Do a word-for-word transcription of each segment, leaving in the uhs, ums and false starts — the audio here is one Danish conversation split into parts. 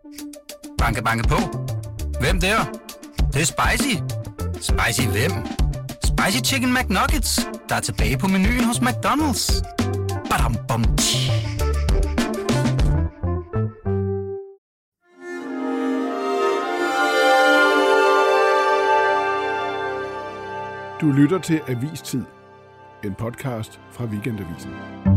Banke, banke på. Hvem der? Det, det er spicy. Spicy hvem? Spicy Chicken McNuggets, der er tilbage på menuen hos McDonald's. Badum, bom, tji. Du lytter til Avistid, en podcast fra Weekendavisen.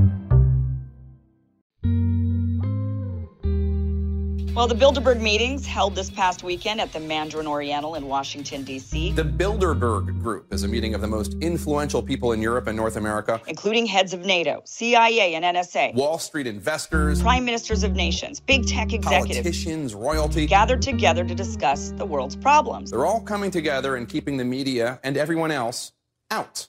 Well, the Bilderberg meetings held this past weekend at the Mandarin Oriental in Washington, D C The Bilderberg Group is a meeting of the most influential people in Europe and North America, including heads of NATO, C I A and N S A, Wall Street investors, prime ministers of nations, big tech executives, politicians, royalty, gathered together to discuss the world's problems. They're all coming together and keeping the media and everyone else out.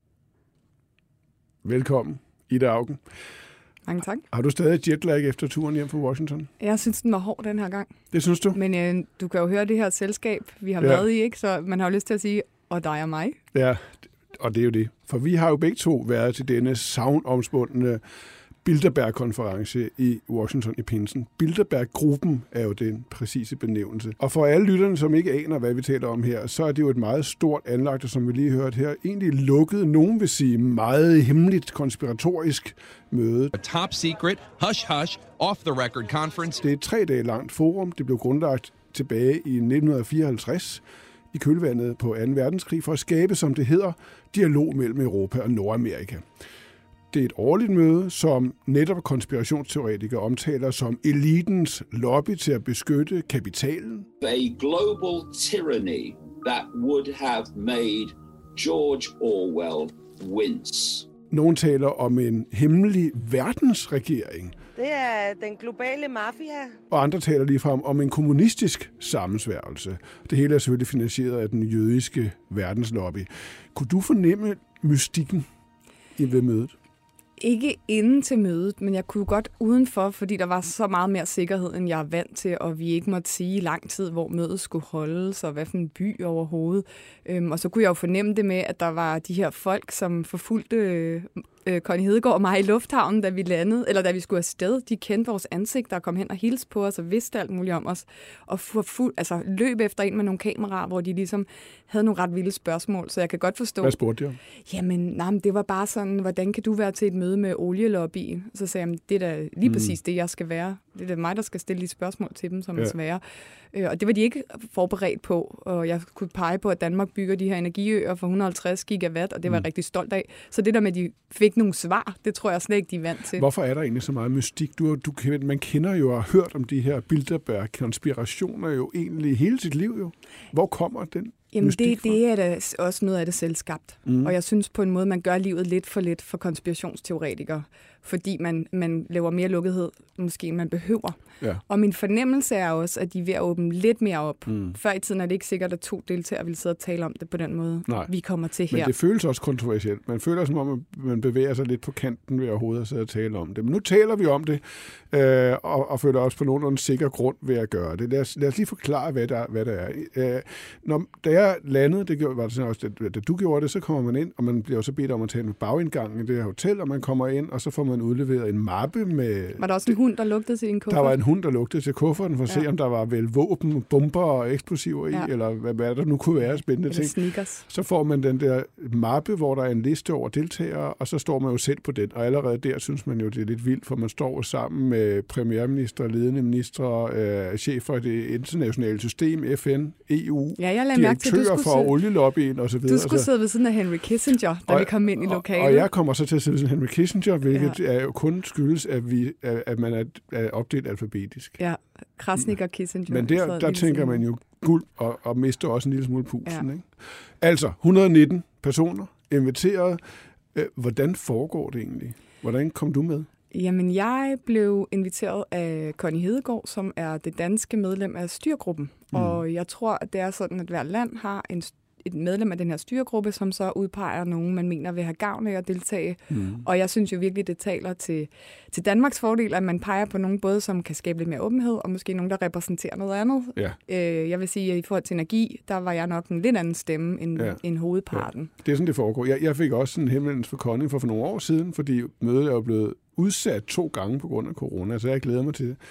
Velkommen, Ida Auken. Mange tak. Har du stadig jetlag efter turen hjem fra Washington? Jeg synes, den var hård den her gang. Det synes du? Men øh, du kan jo høre det her selskab, vi har ja. været i, ikke? Så man har jo lyst til at sige, og dig og mig. Ja, og det er jo det. For vi har jo begge to været til denne savnomspundne Bilderberg-konference i Washington i pinsen. Bilderberg-gruppen er jo den præcise benævnelse. Og for alle lytterne, som ikke aner, hvad vi taler om her, så er det jo et meget stort anlagt, som vi lige hørte her, egentlig lukket, nogen vil sige meget hemmeligt, konspiratorisk møde. A top secret, hush hush, off the record conference. Det er et tre dage langt forum. Det blev grundlagt tilbage i nitten fireoghalvtreds i kølvandet på anden verdenskrig for at skabe, som det hedder, dialog mellem Europa og Nordamerika. Det er et årligt møde, som netop konspirationsteoretikere omtaler som elitens lobby til at beskytte kapitalen. A global tyranny that would have made George Orwell wince. Nogle taler om en hemmelig verdensregering. Det er den globale mafia. Og andre taler ligefrem om en kommunistisk sammensværgelse. Det hele er selvfølgelig finansieret af den jødiske verdenslobby. Kunne du fornemme mystikken i ved mødet? Ikke inden til mødet, men jeg kunne godt udenfor, fordi der var så meget mere sikkerhed, end jeg er vant til, og vi ikke måtte sige i lang tid, hvor mødet skulle holdes, og hvad for en by overhovedet. Øhm, og så kunne jeg jo fornemme det med, at der var de her folk, som forfulgte øh, Connie Hedegaard og mig i lufthavnen, da vi landede, eller da vi skulle afsted. De kendte vores ansigter og kom hen og hilste på os og vidste alt muligt om os. Og forfuld, altså, løb efter en med nogle kameraer, hvor de ligesom havde nogle ret vilde spørgsmål, så jeg kan godt forstå. Hvad spurgte de om? Jamen, nej, men det var bare sådan, hvordan kan du være til et møde med olielobbyen? Så sagde jeg, det er da lige mm. præcis det, jeg skal være. Det er da mig, der skal stille de spørgsmål til dem, som ja. er svære. Og det var de ikke forberedt på, og jeg kunne pege på, at Danmark bygger de her energiøer for et hundrede og halvtreds gigawatt, og det var jeg mm. rigtig stolt af. Så det der med, at de fik nogle svar, det tror jeg slet ikke, de er vant til. Hvorfor er der egentlig så meget mystik? Du, du, man kender jo og har hørt om de her Bilderberg-konspirationer jo egentlig hele sit liv jo. Hvor kommer den? Jamen det, det er da også noget af det selvskabt. Mm. Og jeg synes på en måde, man gør livet lidt for lidt for konspirationsteoretikere, fordi man, man laver mere lukkethed, måske end man behøver. Ja. Og min fornemmelse er også, at de er ved at åbne lidt mere op. Mm. Før i tiden er det ikke sikkert, at to deltagere vil sidde og tale om det på den måde, Nej. vi kommer til her. Men det føles også kontroversielt. Man føler som om, at man bevæger sig lidt på kanten ved overhovedet at sidde og tale om det. Men nu taler vi om det, øh, og, og føler også på nogenlunde sikker grund ved at gøre det. Lad os, lad os lige forklare, hvad der, hvad der er. Øh, når, da jeg landede, det var det sådan også, da, da du gjorde det, så kommer man ind, og man bliver også bedt om at tage en bagindgang i det her hotel, og man kommer ind, og så får man udleveret en mappe med... Var der også en hund, der lugtede til en kuffert? Der var en hund, der lugtede til kufferten, for at ja. se, om der var vel våben, bomber og eksplosiver i, ja. eller hvad, hvad der nu kunne være spændende eller ting. Sneakers. Så får man den der mappe, hvor der er en liste over deltagere, og så står man jo selv på den. Og allerede der synes man jo, det er lidt vildt, for man står sammen med premierminister, ledende ministre, øh, chef for det internationale system, F N, E U, ja, jeg direktører for olielobbyen og så videre. Du skulle sidde ved siden af Henry Kissinger, da og, vi kom ind i lokalet. Og, og jeg kommer så til at sidde ved Henry Kissinger, hvilket ja. er jo kun skyldes, at, vi, at man er, er opdelt alfabetisk. Ja, Krasnik og Kissinger. Men der, der tænker man jo guld og, og mister også en lille smule pulsen. Ja. Ikke? Altså, et hundrede og nitten personer inviteret. Hvordan foregår det egentlig? Hvordan kom du med? Jamen, jeg blev inviteret af Connie Hedegaard, som er det danske medlem af styrgruppen. Mm. Og jeg tror, at det er sådan, at hver land har en et medlem af den her styregruppe, som så udpeger nogen, man mener vil have gavn af at deltage. Mm. Og jeg synes jo virkelig, det taler til, til Danmarks fordel, at man peger på nogen både, som kan skabe lidt mere åbenhed, og måske nogen, der repræsenterer noget andet. Ja. Øh, jeg vil sige, at i forhold til energi, der var jeg nok en lidt anden stemme end, ja. end hovedparten. Ja. Det er sådan, det foregår. Jeg, jeg fik også en henvendelse fra Connie for, for nogle år siden, fordi mødet er jo blevet udsat to gange på grund af corona, så jeg glæder mig til det.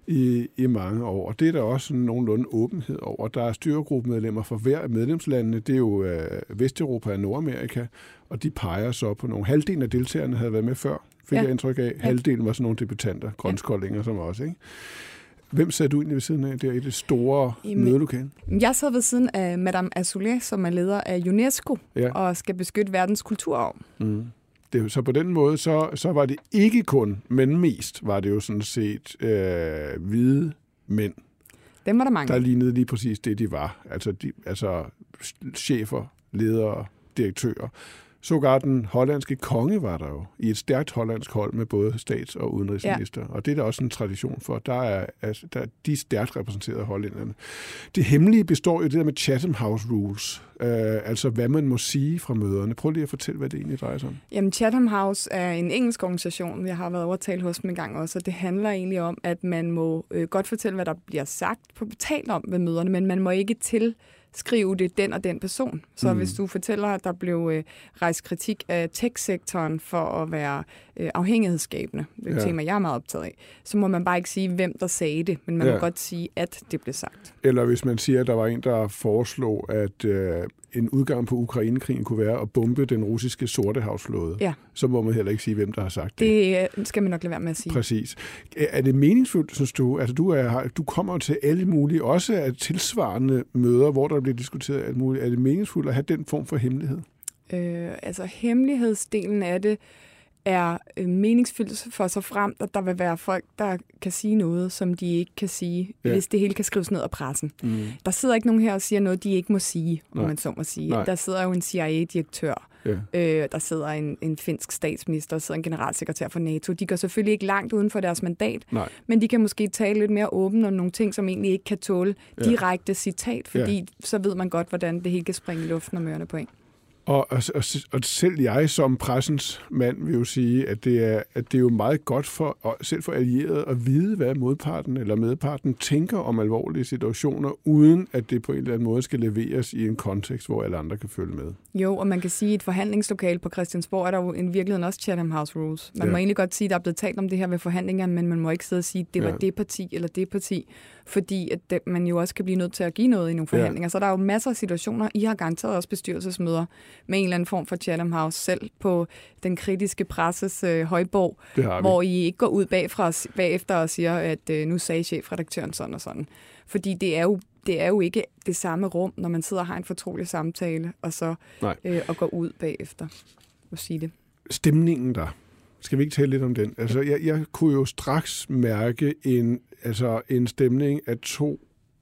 i, i mange år. Og det er der også sådan nogenlunde åbenhed over. Der er styregruppemedlemmer fra hver af medlemslandene. Det er jo øh, Vesteuropa og Nordamerika, og de peger så på nogle. Halvdelen af deltagerne havde været med før, fik ja. jeg indtryk af. Halvdelen var sådan nogle debutanter, grønskoldinger som også, ikke? Hvem sad du egentlig ved siden af der i det store Jamen, mødelokale? Jeg sad ved siden af Madame Azoulay, som er leder af UNESCO ja. og skal beskytte verdens kulturarv. Mm. Det, så på den måde, så, så var det ikke kun, men mest var det jo sådan set øh, hvide mænd. Dem var der mange. Der lignede lige præcis det, de var. Altså, de, altså chefer, ledere, direktører. Sågar den hollandske konge var der jo i et stærkt hollandsk hold med både stats- og udenrigsminister. Ja. Og det er der også en tradition for. Der er, altså, der er de stærkt repræsenterede hollænderne. Det hemmelige består jo det der med Chatham House Rules. Øh, altså hvad man må sige fra møderne. Prøv lige at fortælle, hvad det egentlig drejer sig om. Jamen Chatham House er en engelsk organisation. Jeg har været overtalt hos dem en gang også. Og det handler egentlig om, at man må øh, godt fortælle, hvad der bliver sagt på betalt om ved møderne, men man må ikke til skrive det den og den person. Så mm. hvis du fortæller, at der blev øh, rejst kritik af tech-sektoren for at være øh, afhængighedsskabende, det er et ja. tema, jeg er meget optaget af, så må man bare ikke sige, hvem der sagde det, men man ja. må godt sige, at det blev sagt. Eller hvis man siger, at der var en, der foreslog, at øh, en udgang på Ukrainekrigen kunne være at bombe den russiske Sortehavsflåde, ja. så må man heller ikke sige, hvem der har sagt det. Det skal man nok lade være med at sige. Præcis. Er det meningsfuldt, synes du? Altså, du, er, du kommer til alle mulige, også af tilsvarende møder, hvor der bliver diskuteret alt muligt. Er det meningsfuldt at have den form for hemmelighed? Øh, altså, hemmelighedsdelen af det er øh, meningsfyldt for så frem, at der vil være folk, der kan sige noget, som de ikke kan sige, ja. hvis det hele kan skrives ned af pressen. Mm. Der sidder ikke nogen her og siger noget, de ikke må sige, om Nej. man så må sige. Nej. Der sidder jo en C I A-direktør, ja. øh, der sidder en, en finsk statsminister, der sidder en generalsekretær for NATO. De går selvfølgelig ikke langt uden for deres mandat, Nej. men de kan måske tale lidt mere åbent om nogle ting, som egentlig ikke kan tåle ja. direkte citat, fordi ja. så ved man godt, hvordan det hele kan springe i luften og mørne point. Og, og, og selv jeg som pressens mand vil jo sige, at det er, at det er jo meget godt for, selv for allierede at vide, hvad modparten eller medparten tænker om alvorlige situationer, uden at det på en eller anden måde skal leveres i en kontekst, hvor alle andre kan følge med. Jo, og man kan sige, at et forhandlingslokale på Christiansborg er der jo i virkeligheden også Chatham House Rules. Man ja. må egentlig godt sige, at der er blevet talt om det her ved forhandlinger, men man må ikke sidde og sige, at det var ja. det parti eller det parti, fordi at det, man jo også kan blive nødt til at give noget i nogle forhandlinger. Ja. Så der er jo masser af situationer. I har garanteret også bestyrelsesmøder med en eller anden form for Chatham House selv på den kritiske presses øh, højborg, hvor I ikke går ud bagfra, bagefter og siger, at øh, nu sagde chefredaktøren sådan og sådan. Fordi det er jo det er jo ikke det samme rum, når man sidder og har en fortrolig samtale, og så øh, og går ud bagefter og sige det. Stemningen der. Skal vi ikke tale lidt om den? Altså, jeg, jeg kunne jo straks mærke en, altså, en stemning af to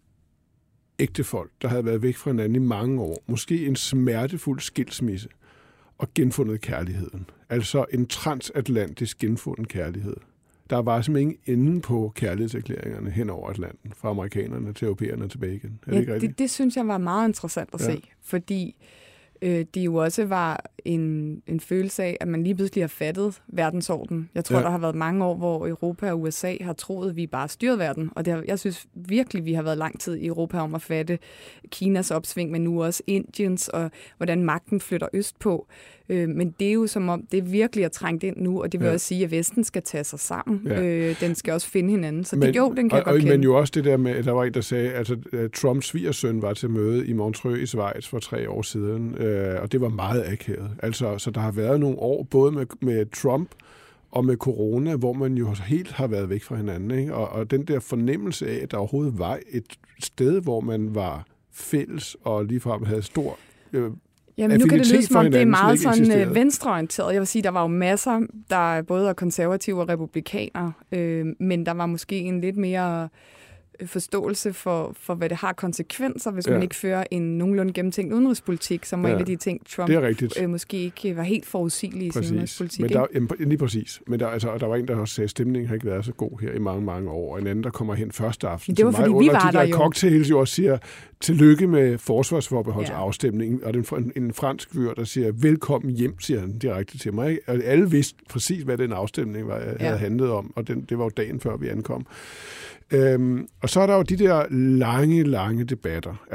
ægtefolk, der havde været væk fra hinanden i mange år. Måske en smertefuld skilsmisse og genfundet kærligheden. Altså en transatlantisk genfundet kærlighed. Der var simpelthen ingen ende på kærlighedserklæringerne hen over Atlanten, fra amerikanerne til europæerne tilbage igen. Er det, ja, ikke rigtigt? det, det synes jeg var meget interessant at ja. se, fordi øh, det jo også var en, en følelse af, at man lige pludselig har fattet verdensorden. Jeg tror, ja. der har været mange år, hvor Europa og U S A har troet, at vi bare styret verden, og det har, jeg synes virkelig, vi har været lang tid i Europa om at fatte Kinas opsving, men nu også Indiens, og hvordan magten flytter østpå. Øh, men det er jo som om, det virkelig er trængt ind nu, og det vil ja. også sige, at Vesten skal tage sig sammen. Ja. Øh, den skal også finde hinanden. Så men, det, jo, den kan og, jeg godt kende. Men jo også det der med, at der var en, der sagde, at altså, Trumps svigersøn var til møde i Montreux i Schweiz for tre år siden, øh, og det var meget akavet. Altså, så der har været nogle år, både med, med Trump og med corona, hvor man jo helt har været væk fra hinanden. Ikke? Og, og den der fornemmelse af, at der overhovedet var et sted, hvor man var fælles og ligefrem havde stor øh, Jamen, nu kan det lyde som om, det er meget sådan venstreorienteret. Jeg vil sige, der var jo masser, der både er konservative og republikanere, øh, men der var måske en lidt mere forståelse for, for, hvad det har konsekvenser, hvis ja. man ikke fører en nogenlunde gennemtænkt udenrigspolitik, som var ja. en af de ting, Trump øh, måske ikke var helt forudsigelig i sin udenrigspolitik. Men der, jamen, lige præcis. Men der, altså, der var en, der også sagde, at stemningen har ikke været så god her i mange, mange år. Og en anden, der kommer hen første aften det var, til mig fordi, under vi de der cocktails, jo også siger, tillykke med forsvarsforbeholdsafstemningen. Ja. Og den, en, en fransk fyr, der siger, velkommen hjem, siger han direkte til mig. Og alle vidste præcis, hvad den afstemning var, havde ja. handlet om, og den, det var jo dagen før, vi ankom. Øhm, og så er der jo de der lange, lange debatter. Altså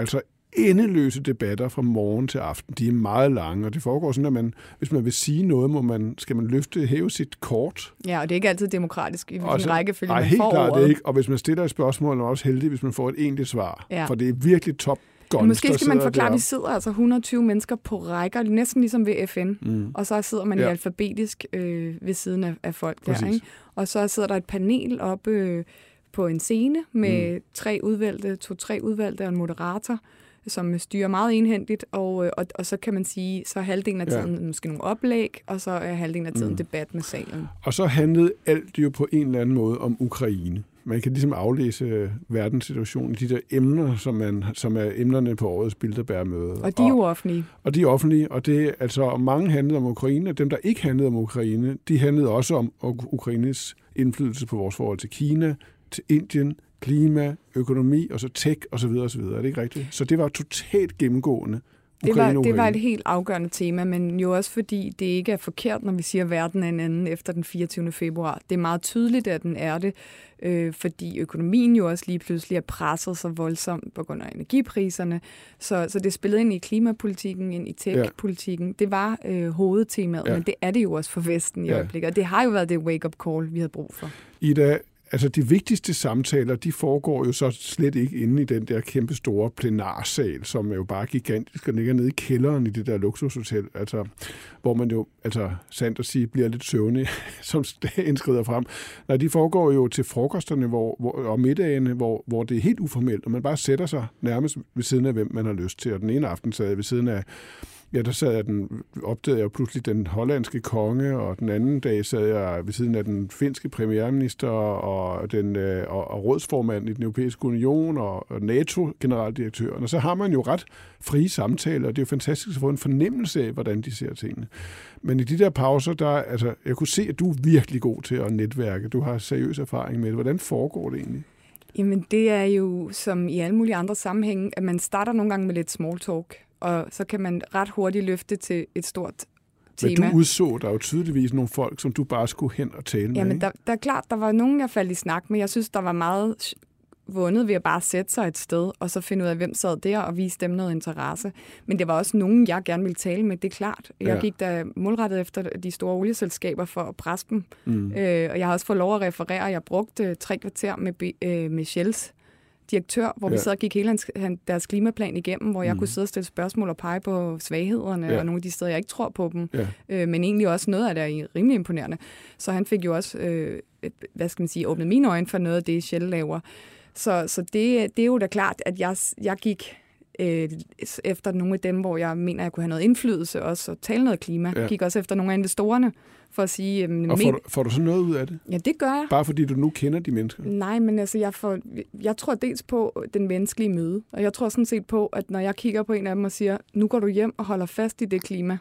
endeløse debatter fra morgen til aften. De er meget lange, og det foregår sådan, at man, hvis man vil sige noget, må man, skal man løfte, hæve sit kort. Ja, og det er ikke altid demokratisk i hvilken rækkefølge man helt får klart, ordet. Det ikke. Og hvis man stiller et spørgsmål, er man også heldig, hvis man får et egentligt svar. Ja. For det er virkelig top guns, måske skal man forklare, at vi sidder altså et hundrede og tyve mennesker på rækker, næsten ligesom ved F N, mm. og så sidder man ja. i alfabetisk øh, ved siden af, af folk der, ikke? Og så sidder der et panel oppe øh, på en scene med mm. tre udvalgte, to-tre udvalgte og en moderator, som styrer meget enhændigt, og, og, og så kan man sige, så halvdelen af tiden ja. måske nogle oplæg, og så er halvdelen af tiden mm. debat med salen. Og så handlede alt jo på en eller anden måde om Ukraine. Man kan ligesom aflæse verdenssituationen i de der emner, som, man, som er emnerne på årets Bilderberg-møde. Og de er jo offentlige. Og, og de er offentlige, og det altså mange handlede om Ukraine. Dem, der ikke handlede om Ukraine, de handlede også om Ukraines indflydelse på vores forhold til Kina, til Indien, klima, økonomi, og så tech, og så videre, og så videre. Er det ikke rigtigt? Så det var totalt gennemgående. Det var, det var et helt afgørende tema, men jo også fordi det ikke er forkert, når vi siger, at verden er en anden efter den fireogtyvende februar. Det er meget tydeligt, at den er det, øh, fordi økonomien jo også lige pludselig er presset så voldsomt på grund af energipriserne. Så, så det spillede ind i klimapolitikken, ind i tech-politikken. Ja. Det var øh, hovedtemaet, ja. men det er det jo også for Vesten i ja. øjeblikket. Og det har jo været det wake-up call, vi havde brug for. Ida, altså de vigtigste samtaler, de foregår jo så slet ikke inde i den der kæmpe store plenarsal, som er jo bare gigantisk og ligger nede i kælderen i det der luksushotel, altså, hvor man jo, altså sandt at sige, bliver lidt søvnig, som dagen skrider frem. Nej, de foregår jo til frokosterne hvor, hvor, og middagene, hvor, hvor det er helt uformelt, og man bare sætter sig nærmest ved siden af, hvem man har lyst til. Og den ene aften sad jeg ved siden af Ja, der sad jeg den, opdagede jeg pludselig den hollandske konge, og den anden dag sad jeg ved siden af den finske premierminister og, den, og, og rådsformand i den europæiske union og, og NATO-generaldirektøren. Og så har man jo ret frie samtaler, og det er jo fantastisk at få en fornemmelse af, hvordan de ser tingene. Men i de der pauser, der, altså, jeg kunne se, at du er virkelig god til at netværke. Du har seriøs erfaring med det. Hvordan foregår det egentlig? Jamen, det er jo som i alle mulige andre sammenhænge, at man starter nogle gange med lidt small talk, og så kan man ret hurtigt løfte til et stort tema. Men du udså, der er jo tydeligvis nogle folk, som du bare skulle hen og tale med. Jamen, der, der er klart, der var nogen, jeg faldt i snak med. Jeg synes, der var meget vundet ved at bare sætte sig et sted, og så finde ud af, hvem sad der, og vise dem noget interesse. Men det var også nogen, jeg gerne ville tale med, det er klart. Jeg ja. gik da målrettet efter de store olieselskaber for at presse dem. Mm. Øh, og jeg har også fået lov at referere. Jeg brugte tre kvarter med, øh, med Shells direktør, hvor ja. vi sad og gik hele hans, deres klimaplan igennem, hvor jeg mm. kunne sidde og stille spørgsmål og pege på svaghederne, ja. og nogle af de steder, jeg ikke tror på dem. Ja. Øh, men egentlig også noget af det er rimelig imponerende. Så han fik jo også, øh, et, hvad skal man sige, åbnet mine øjne for noget af det, Shell laver. Så, så det, det er jo da klart, at jeg, jeg gik øh, efter nogle af dem, hvor jeg mener, jeg kunne have noget indflydelse også, og tale noget klima. Ja. Jeg gik også efter nogle af investorerne, for at sige... Øh, og får du, får du så noget ud af det? Ja, det gør jeg. Bare fordi du nu kender de mennesker? Nej, men altså, jeg, får, jeg tror dels på den menneskelige møde, og jeg tror sådan set på, at når jeg kigger på en af dem og siger, nu går du hjem og holder fast i det klima,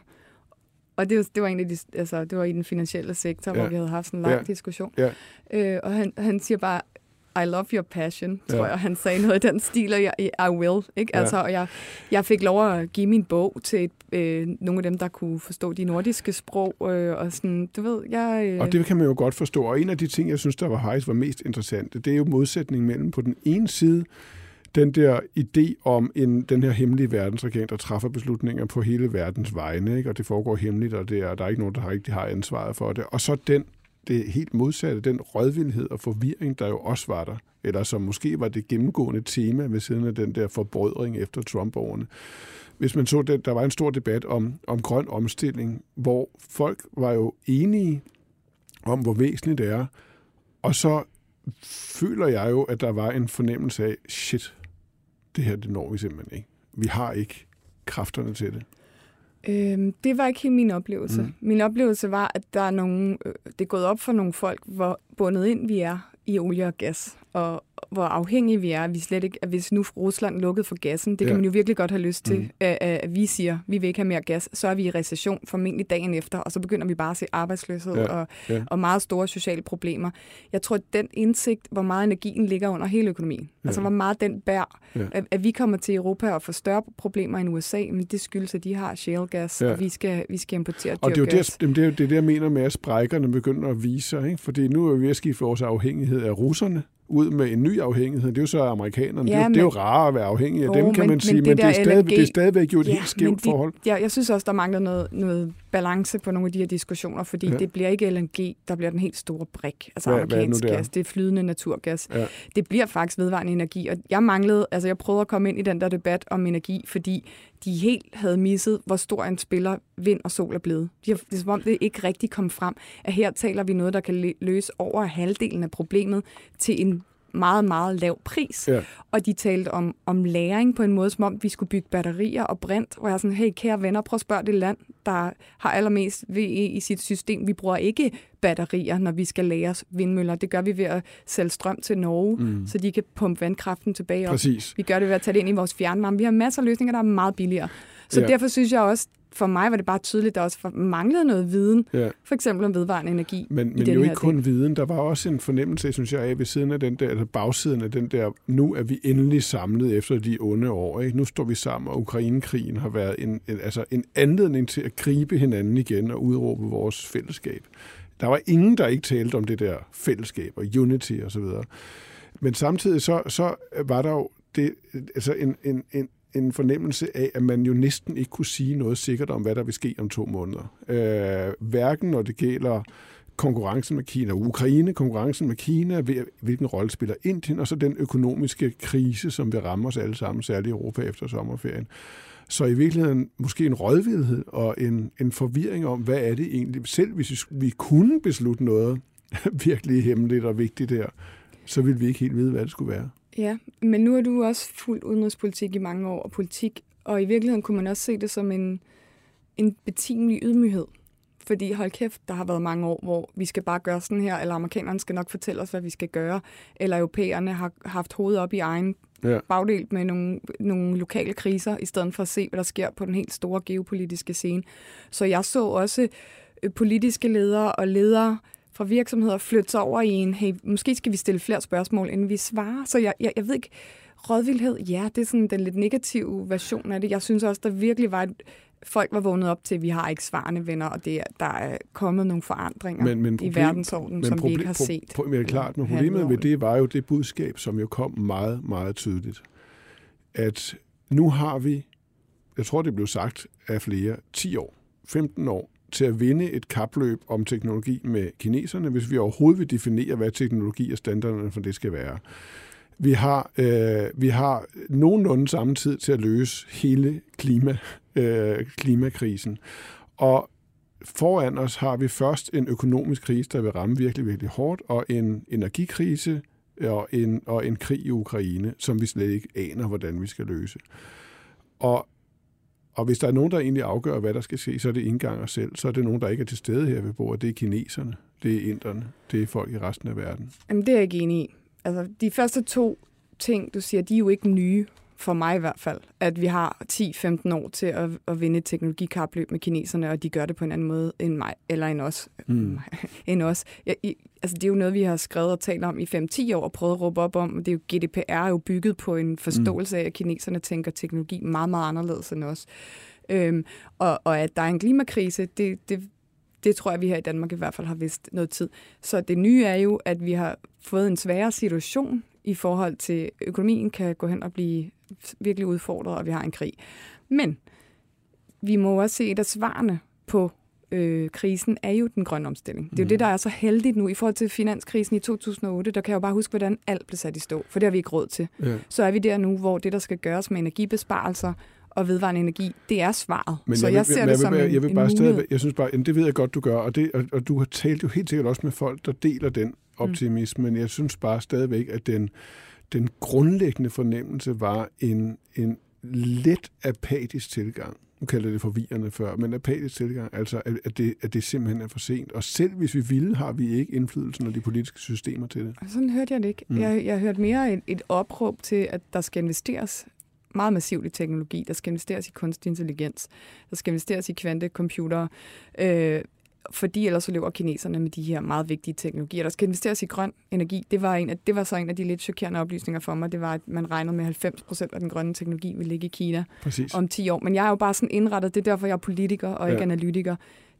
og det, det var egentlig de, altså, det var i den finansielle sektor, ja. hvor vi havde haft sådan en lang ja. diskussion, ja. Øh, og han, han siger bare, I love your passion, tror ja. jeg. Han sagde noget i den stil, og jeg, I will. Ikke? Ja. Altså, og jeg, jeg fik lov at give min bog til øh, nogle af dem, der kunne forstå de nordiske sprog. Øh, og sådan, du ved, jeg... Øh... Og det kan man jo godt forstå. Og en af de ting, jeg synes, der var faktisk var mest interessante, det er jo modsætningen mellem på den ene side den der idé om en, den her hemmelige verdensregering, der træffer beslutninger på hele verdens vegne, ikke? Og det foregår hemmeligt, og det er, der er ikke nogen, der rigtig har ansvaret for det. Og så den det helt modsatte, den rådvildhed og forvirring, der jo også var der, eller som måske var det gennemgående tema ved siden af den der forbrødring efter Trump-årene. Hvis man så det, der var en stor debat om, om grøn omstilling, hvor folk var jo enige om, hvor væsentligt det er, og så føler jeg jo, at der var en fornemmelse af, shit, det her, det når vi simpelthen ikke. Vi har ikke kræfterne til det. Øhm, det var ikke helt min oplevelse. Mm. Min oplevelse var, at der er nogle, øh, det er gået op for nogle folk, hvor bundet ind vi er i olie og gas, og hvor afhængige vi er. Vi slet ikke, at hvis nu Rusland lukkede for gassen, det ja. kan man jo virkelig godt have lyst til, mm. at, at vi siger, vi vil ikke have mere gas, så er vi i recession formentlig dagen efter, og så begynder vi bare at se arbejdsløshed ja. Og, ja. og meget store sociale problemer. Jeg tror, at den indsigt, hvor meget energien ligger under hele økonomien, ja. altså hvor meget den bær, ja. at, at vi kommer til Europa og får større problemer end U S A, men det skyldes, at de har shale gas, ja. og vi skal, vi skal importere dyr og det er jo gas. Det, det er det, jeg mener med, at sprækkerne begynder at vise sig, ikke? Fordi nu er vi ved at skifte vores afhængighed af russerne, ud med en ny afhængighed. Det er jo så amerikanerne. Ja, det, er, men, det er jo rarere at være afhængige af oh, dem, kan men, man sige, men det, men det er, stadig, det er stadigvæk jo et ja, helt skævt de, forhold. Ja, jeg synes også, der mangler noget, noget balance på nogle af de her diskussioner, fordi ja. det bliver ikke L N G, der bliver den helt store brik, altså hvad, amerikansk hvad gas, det er flydende naturgas. Ja. Det bliver faktisk vedvarende energi, og jeg manglede, altså jeg prøvede at komme ind i den der debat om energi, fordi de helt havde misset, hvor stor en spiller vind og sol er blevet. De har, det er som om, det ikke rigtig kom frem, at her taler vi noget, der kan løse over halvdelen af problemet til en meget, meget lav pris. Ja. Og de talte om, om lagring på en måde, som om vi skulle bygge batterier og brint, hvor jeg er sådan, hey kære venner, prøv at spørge det land, der har allermest V E i sit system. Vi bruger ikke batterier, når vi skal lagre vindmøller. Det gør vi ved at sælge strøm til Norge, mm. så de kan pumpe vandkraften tilbage op. Præcis. Vi gør det ved at tage det ind i vores fjernvarme. Vi har masser af løsninger, der er meget billigere. Så ja. derfor synes jeg også, for mig var det bare tydeligt, at der også manglede noget viden, ja. for eksempel om vedvarende energi. Men, men jo ikke kun viden. Der var også en fornemmelse, synes jeg, af ved siden af den der, altså bagsiden af den der, nu er vi endelig samlet efter de onde år. Ikke? Nu står vi sammen, og Ukrainekrigen har været en, en, altså en anledning til at gribe hinanden igen og udråbe vores fællesskab. Der var ingen, der ikke talte om det der fællesskab og unity og så videre. Men samtidig så, så var der jo det, altså en, en, en en fornemmelse af, at man jo næsten ikke kunne sige noget sikkert om, hvad der vil ske om to måneder. Øh, hverken når det gælder konkurrencen med Kina og Ukraine, konkurrencen med Kina, hvilken rolle spiller Indien, og så den økonomiske krise, som vil ramme os alle sammen, særligt i Europa efter sommerferien. Så i virkeligheden måske en rådvildhed og en, en forvirring om, hvad er det egentlig, selv hvis vi kunne beslutte noget virkelig hemmeligt og vigtigt her, så ville vi ikke helt vide, hvad det skulle være. Ja, men nu er du også fuldt udenrigspolitik i mange år, og politik, og i virkeligheden kunne man også se det som en, en betimelig ydmyghed. Fordi hold kæft, der har været mange år, hvor vi skal bare gøre sådan her, eller amerikanerne skal nok fortælle os, hvad vi skal gøre, eller europæerne har haft hovedet op i egen ja. bagdel med nogle, nogle lokale kriser, i stedet for at se, hvad der sker på den helt store geopolitiske scene. Så jeg så også politiske ledere og ledere fra virksomheder flytte sig over i en, hey, måske skal vi stille flere spørgsmål, inden vi svarer. Så jeg, jeg, jeg ved ikke, rådvildhed, ja, det er sådan den lidt negative version af det. Jeg synes også, der virkelig var, et, folk var vågnet op til, at vi har ikke svarende venner, og det, der er kommet nogle forandringer men, men problem, i verdensordenen, som problem, vi ikke har set. Pro, pro, men klart, men problemet ved det var jo det budskab, som jo kom meget, meget tydeligt. At nu har vi, jeg tror det blev sagt af flere, ti år, femten år, til at vinde et kapløb om teknologi med kineserne, hvis vi overhovedet vil definere, hvad teknologi og standarderne for det skal være. Vi har, øh, vi har nogenlunde samme tid til at løse hele klima, øh, klimakrisen. Og foran os har vi først en økonomisk krise, der vil ramme virkelig, virkelig hårdt, og en energikrise og en, og en krig i Ukraine, som vi slet ikke aner, hvordan vi skal løse. Og Og hvis der er nogen, der egentlig afgør, hvad der skal ske, så er det ikke engang os selv. Så er det nogen, der ikke er til stede her ved bordet. Det er kineserne, det er inderne, det er folk i resten af verden. Jamen, det er jeg ikke enig i. Altså, de første to ting, du siger, de er jo ikke nye, for mig i hvert fald. At vi har ti til femten år til at, at vinde et teknologikapløb med kineserne, og de gør det på en anden måde end mig, eller end os. Mm. end os. Jeg, I, altså, det er jo noget, vi har skrevet og talt om i fem til ti år, og prøvet at råbe op om. Det er jo, G D P R er jo bygget på en forståelse af, at kineserne tænker teknologi meget, meget anderledes end os. Øhm, og, og at der er en klimakrise, det, det, det tror jeg, vi her i Danmark i hvert fald har vidst noget tid. Så det nye er jo, at vi har fået en sværere situation i forhold til økonomien kan gå hen og blive virkelig udfordret, og vi har en krig. Men vi må også se, at svarene på øh, krisen er jo den grønne omstilling. Det er jo mm. det, der er så heldigt nu. I forhold til finanskrisen i to tusind og otte, der kan jeg jo bare huske, hvordan alt blev sat i stå, for det har vi ikke råd til. Ja. Så er vi der nu, hvor det, der skal gøres med energibesparelser og vedvarende energi, det er svaret. Men så jeg, jeg ser jeg, det som jeg, jeg vil en, bare en stadig, jeg synes bare, det ved jeg godt, du gør, og, det, og, og du har talt jo helt sikkert også med folk, der deler den optimisme, mm. men jeg synes bare stadigvæk, at den, den grundlæggende fornemmelse var en, en let apatisk tilgang. Nu kalder jeg det forvirrende før, men apatisk tilgang, altså at, at, det, at det simpelthen er for sent. Og selv hvis vi ville, har vi ikke indflydelsen af de politiske systemer til det. Sådan hørte jeg det ikke. Mm. Jeg, jeg hørte mere et, et opråb til, at der skal investeres meget massivt i teknologi. Der skal investeres i kunstig intelligens. Der skal investeres i kvantecomputere. Øh, fordi ellers så løber kineserne med de her meget vigtige teknologier. Der skal investeres i grøn energi. Det var, en af, det var så en af de lidt chokerende oplysninger for mig. Det var, at man regnede med halvfems procent af den grønne teknologi vil ligge i Kina. Præcis. Om ti år. Men jeg er jo bare sådan indrettet. Det er derfor, jeg er politiker og ikke ja. analytiker.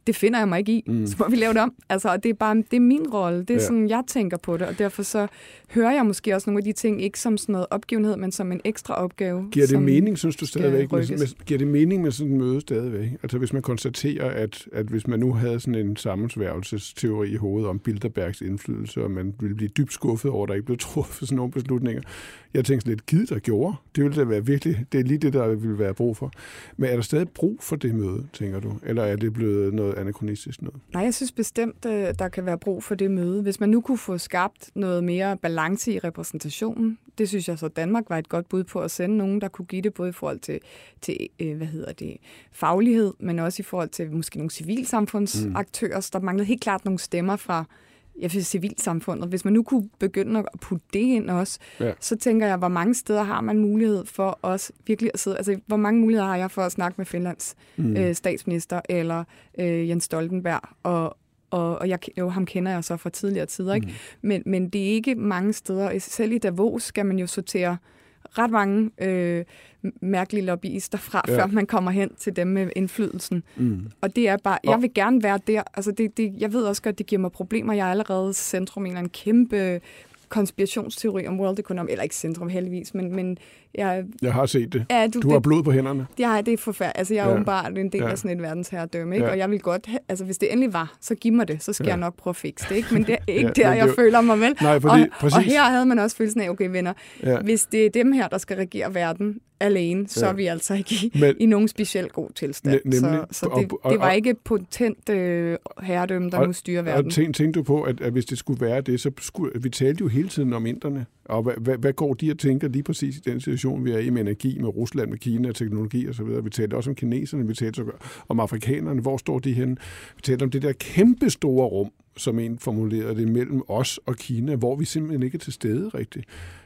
det finder jeg mig ikke i, mm. så må vi lave det om. Altså, det er bare det er min rolle, det er ja. sådan, jeg tænker på det, og derfor så hører jeg måske også nogle af de ting, ikke som sådan noget opgivenhed, men som en ekstra opgave. Giver det mening, synes du stadigvæk? Med, med, giver det mening med sådan et møde stadigvæk? Altså hvis man konstaterer, at, at hvis man nu havde sådan en sammensværgelsesteori i hovedet om Bilderbergs indflydelse, og man ville blive dybt skuffet over, at der ikke blev truffet sådan nogle beslutninger. Jeg tænkte lidt, givet der gjorde. Det ville da være virkelig, det er lige det, der ville være brug for. Men er der stadig brug for det møde, tænker du? Eller er det blevet noget anakronistisk noget? Nej, jeg synes bestemt, der kan være brug for det møde. Hvis man nu kunne få skabt noget mere balance i repræsentationen, det synes jeg så, Danmark var et godt bud på at sende nogen, der kunne give det både i forhold til, til hvad hedder det, faglighed, men også i forhold til måske nogle civilsamfundsaktører. Mm. Der manglede helt klart nogle stemmer fra jeg synes, civilsamfundet. Hvis man nu kunne begynde at putte det ind også, ja. så tænker jeg, hvor mange steder har man mulighed for os virkelig at sidde. Altså, hvor mange muligheder har jeg for at snakke med Finlands mm. øh, statsminister eller øh, Jens Stoltenberg, og, og, og jeg, jo, ham kender jeg så fra tidligere tider, ikke? Mm. Men, men det er ikke mange steder. Selv i Davos skal man jo sortere ret mange øh, mærkelige lobbyister fra, ja. før man kommer hen til dem med indflydelsen. Mm. Og det er bare, jeg vil gerne være der. Altså det, det, jeg ved også godt, det giver mig problemer. Jeg er allerede centrum i en kæmpe konspirationsteori om World Economic, eller ikke centrum heldigvis, men, men jeg... Jeg har set det. Ja, du, du har det, blod på hænderne. Ja, det er forfærdeligt. Altså, jeg er ja. åbenbart en del ja. af sådan et verdensherredømme, ikke? Ja. Og jeg vil godt... Ha- altså, hvis det endelig var, så giv mig det. Så skal ja. jeg nok prøve at fikse det, ikke? Men det er ikke ja, der, jeg jo... føler mig vel. Nej, fordi, og, og her havde man også følelsen af, okay, venner, ja. hvis det er dem her, der skal regere verden alene, så ja. er vi altså ikke i, men, i nogen specielt god tilstand. Nemlig, så så det, og, og, det var ikke et potent øh, herredømme, der og, nu styrer verden. Og tænk, tænk du på, at, at hvis det skulle være det, så skulle... Vi talte jo hele tiden om inderne. Og hvad, hvad, hvad går de og tænker lige præcis i den situation, vi er i med energi, med Rusland, med Kina, teknologi og så videre. Vi talte også om kineserne, vi talte om afrikanerne. Hvor står de henne? Vi talte om det der kæmpe store rum, som en formulerede det, mellem os og Kina, hvor vi simpelthen ikke er til stede rigtigt.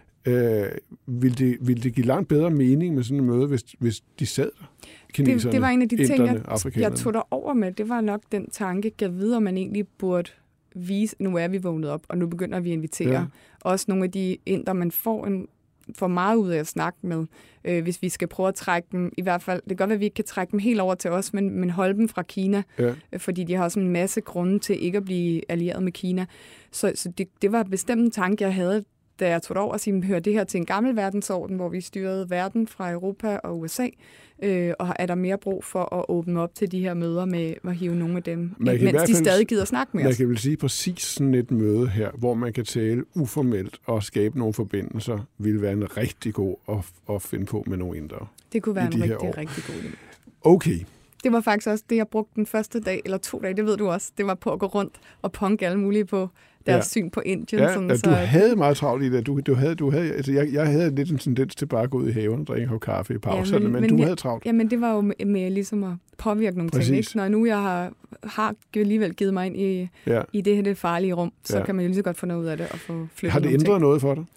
Øh, vil, det, vil det give langt bedre mening med sådan en møde, hvis, hvis de sad der? Kineserne, det, det var en af de inderne, ting, jeg, jeg tog derover med. Det var nok den tanke, gav videre, man egentlig burde vise, nu er vi vågnet op, og nu begynder vi at invitere ja. også nogle af de inder, man får en får meget ud af at snakke med, øh, hvis vi skal prøve at trække dem, i hvert fald, det kan godt være, at vi ikke kan trække dem helt over til os, men, men holde dem fra Kina, ja. øh, fordi de har sådan en masse grunde til ikke at blive allieret med Kina. Så, så det, det var bestemt en tanke, jeg havde, da jeg tog over og sige, hører det her til en gammel verdensorden, hvor vi styrede verden fra Europa og U S A, øh, og er der mere brug for at åbne op til de her møder med at hive nogle af dem, mens de fald, stadig gider snakke med man os. Man kan vel sige, præcis sådan et møde her, hvor man kan tale uformelt og skabe nogle forbindelser, vil være en rigtig god at, at finde på med nogle indre. Det kunne være en rigtig, rigtig god idé. Okay. Det var faktisk også det, jeg brugte den første dag, eller to dage, det ved du også. Det var på at gå rundt og punke alle mulige på deres ja. syn på Indien. Ja, sådan, ja, så... du havde meget travlt i det. Du, du havde, du havde, altså jeg, jeg havde lidt en tendens til bare at gå ud i haven og drikke kaffe i pauserne, ja, men, men, men du jeg, havde travlt. Jamen, det var jo med, med ligesom at påvirke nogle Præcis. ting. Ikke? Når nu jeg har, har alligevel givet mig ind i, ja. i det her det farlige rum, så ja. kan man jo lige så godt få noget ud af det og få flyttet Har det ændret ting. noget for dig?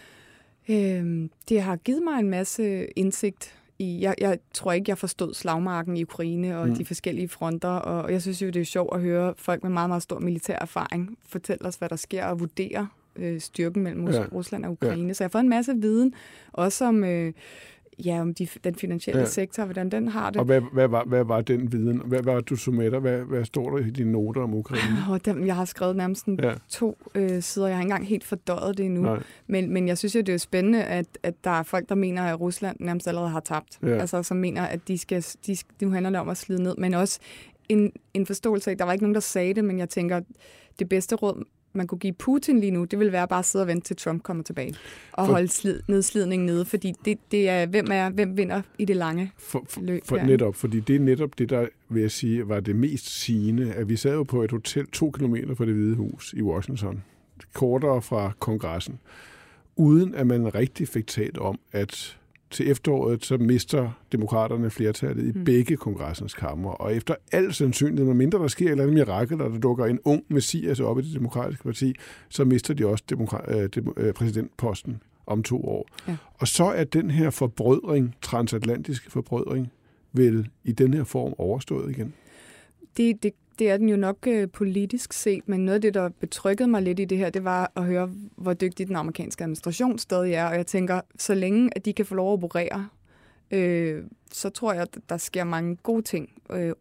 Øhm, det har givet mig en masse indsigt. I, jeg, jeg tror ikke, jeg forstod slagmarken i Ukraine og mm. de forskellige fronter, og jeg synes jo, det er sjovt at høre folk med meget, meget stor militær erfaring fortælle os, hvad der sker, og vurdere øh, styrken mellem ja. Rusland og Ukraine. Ja. Så jeg har fået en masse viden, også om, øh, ja, om de, den finansielle ja. sektor, hvordan den har det. Og hvad, hvad, var, hvad var den viden? Hvad var du så med dig? Hvad, hvad står der i dine noter om Ukraine? Oh, dem, jeg har skrevet nærmest ja. to øh, sider. Jeg har ikke engang helt fordøjet det endnu. Men, men jeg synes jo, det er spændende, at, at der er folk, der mener, at Rusland nærmest allerede har tabt. Ja. Altså, som mener, at de skal, de, nu handler det om at slide ned. Men også en, en forståelse af, der var ikke nogen, der sagde det, men jeg tænker, det bedste råd, man kunne give Putin lige nu, det vil være bare at sidde og vente til Trump kommer tilbage og for, holde slid, nedslidningen nede, fordi det, det er, hvem er, hvem vinder i det lange for, for, løb. For netop, fordi det er netop det, der vil jeg sige, var det mest sigende, at vi sad jo på et hotel to kilometer fra Det Hvide Hus i Washington, kortere fra kongressen, uden at man rigtig fik talt om, at til efteråret, så mister demokraterne flertallet i mm. begge kongressens kamre. Og efter al sandsynlighed, når mindre der sker et eller andet mirakel, der dukker en ung messias op i det demokratiske parti, så mister de også demokra- øh, dem, øh, præsidentposten om to år. Ja. Og så er den her forbrødring, transatlantiske forbrødring, vel i den her form overstået igen? Det, det Det er den jo nok øh, politisk set, men noget af det, der betrykkede mig lidt i det her, det var at høre, hvor dygtig den amerikanske administration stadig er. Og jeg tænker, så længe at de kan få lov at operere, øh, så tror jeg, at der sker mange gode ting. Øh,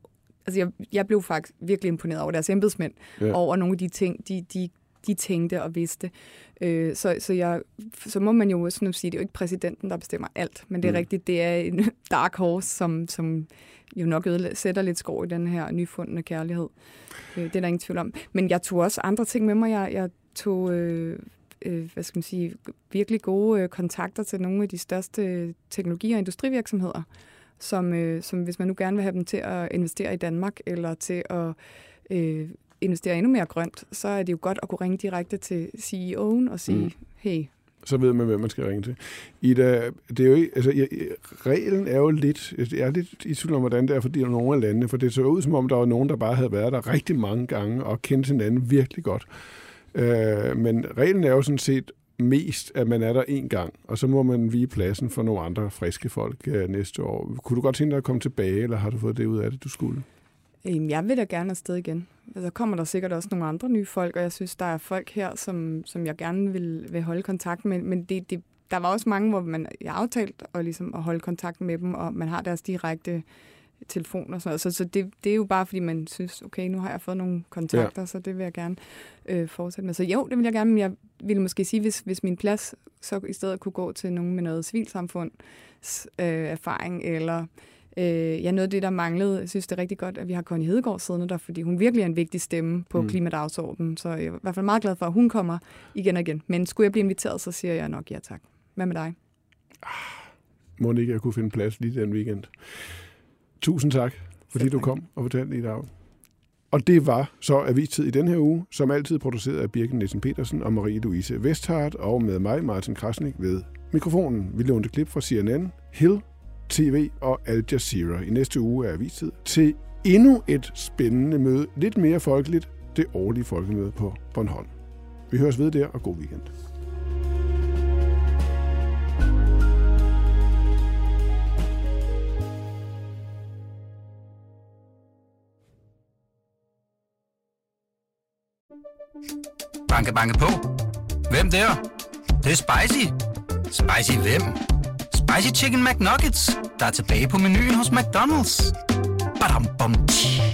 altså jeg, jeg blev faktisk virkelig imponeret over deres embedsmænd, ja. over nogle af de ting, de, de, de tænkte og vidste. Øh, så, så, jeg, så må man jo sådan sige, det er jo ikke præsidenten, der bestemmer alt, men det er mm. rigtigt, det er en dark horse, som, som jo nok sætter lidt skår i den her nyfundne kærlighed. Øh, det er der ingen tvivl om. Men jeg tog også andre ting med mig. Jeg, jeg tog... Øh, øh, hvad skal man sige, virkelig gode øh, kontakter til nogle af de største teknologi- og industrivirksomheder, som, øh, som hvis man nu gerne vil have dem til at investere i Danmark, eller til at øh, investere endnu mere grønt, så er det jo godt at kunne ringe direkte til C E O'en og sige, mm. hey. Så ved man, hvem man skal ringe til. Ida, det er jo ikke, altså, jeg, reglen er jo lidt, jeg er lidt i tvivl om, hvordan det er, fordi der er nogle af landene, for det så ud som om, der var nogen, der bare havde været der rigtig mange gange og kendt hinanden virkelig godt. Øh, men reglen er jo sådan set mest, at man er der en gang, og så må man vige pladsen for nogle andre friske folk øh, næste år. Kunne du godt tænke dig at komme tilbage, eller har du fået det ud af det, du skulle? Jeg vil da gerne afsted igen. Altså kommer der sikkert også nogle andre nye folk, og jeg synes, der er folk her, som, som jeg gerne vil, vil holde kontakt med, men det, det, der var også mange, hvor man jeg har aftalt at, ligesom, at holde kontakt med dem, og man har deres direkte telefon og sådan noget. Så, så det, det er jo bare, fordi man synes, okay, nu har jeg fået nogle kontakter, ja. Så det vil jeg gerne øh, fortsætte med. Så jo, det vil jeg gerne, men jeg ville måske sige, hvis, hvis min plads så i stedet kunne gå til nogen med noget civilsamfunds øh, erfaring, eller øh, ja, noget af det, der manglede. Jeg synes, det er rigtig godt, at vi har Connie Hedegaard siddende der, fordi hun virkelig er en vigtig stemme på mm. klimadagsordenen. Så jeg er i hvert fald meget glad for, at hun kommer igen og igen. Men skulle jeg blive inviteret, så siger jeg nok ja tak. Hvad med dig? Ah, må ikke jeg kunne finde plads lige den weekend. Tusind tak, fordi tak. Du kom og fortalte i dag. Og det var så Avistid i den her uge, som altid produceret af Birken Nielsen Petersen og Marie-Louise Vesthardt, og med mig, Martin Krasnik, ved mikrofonen. Vi lånte klip fra C N N, Hill, T V og Al Jazeera. I næste uge er Avistid til endnu et spændende møde, lidt mere folkeligt, det årlige folkemøde på Bornholm. Vi høres ved der, og god weekend. Banke, banke på. Hvem der? Det, det er spicy. Spicy hvem? Spicy Chicken McNuggets, der er tilbage på menuen hos McDonald's. Badum, bom, tji.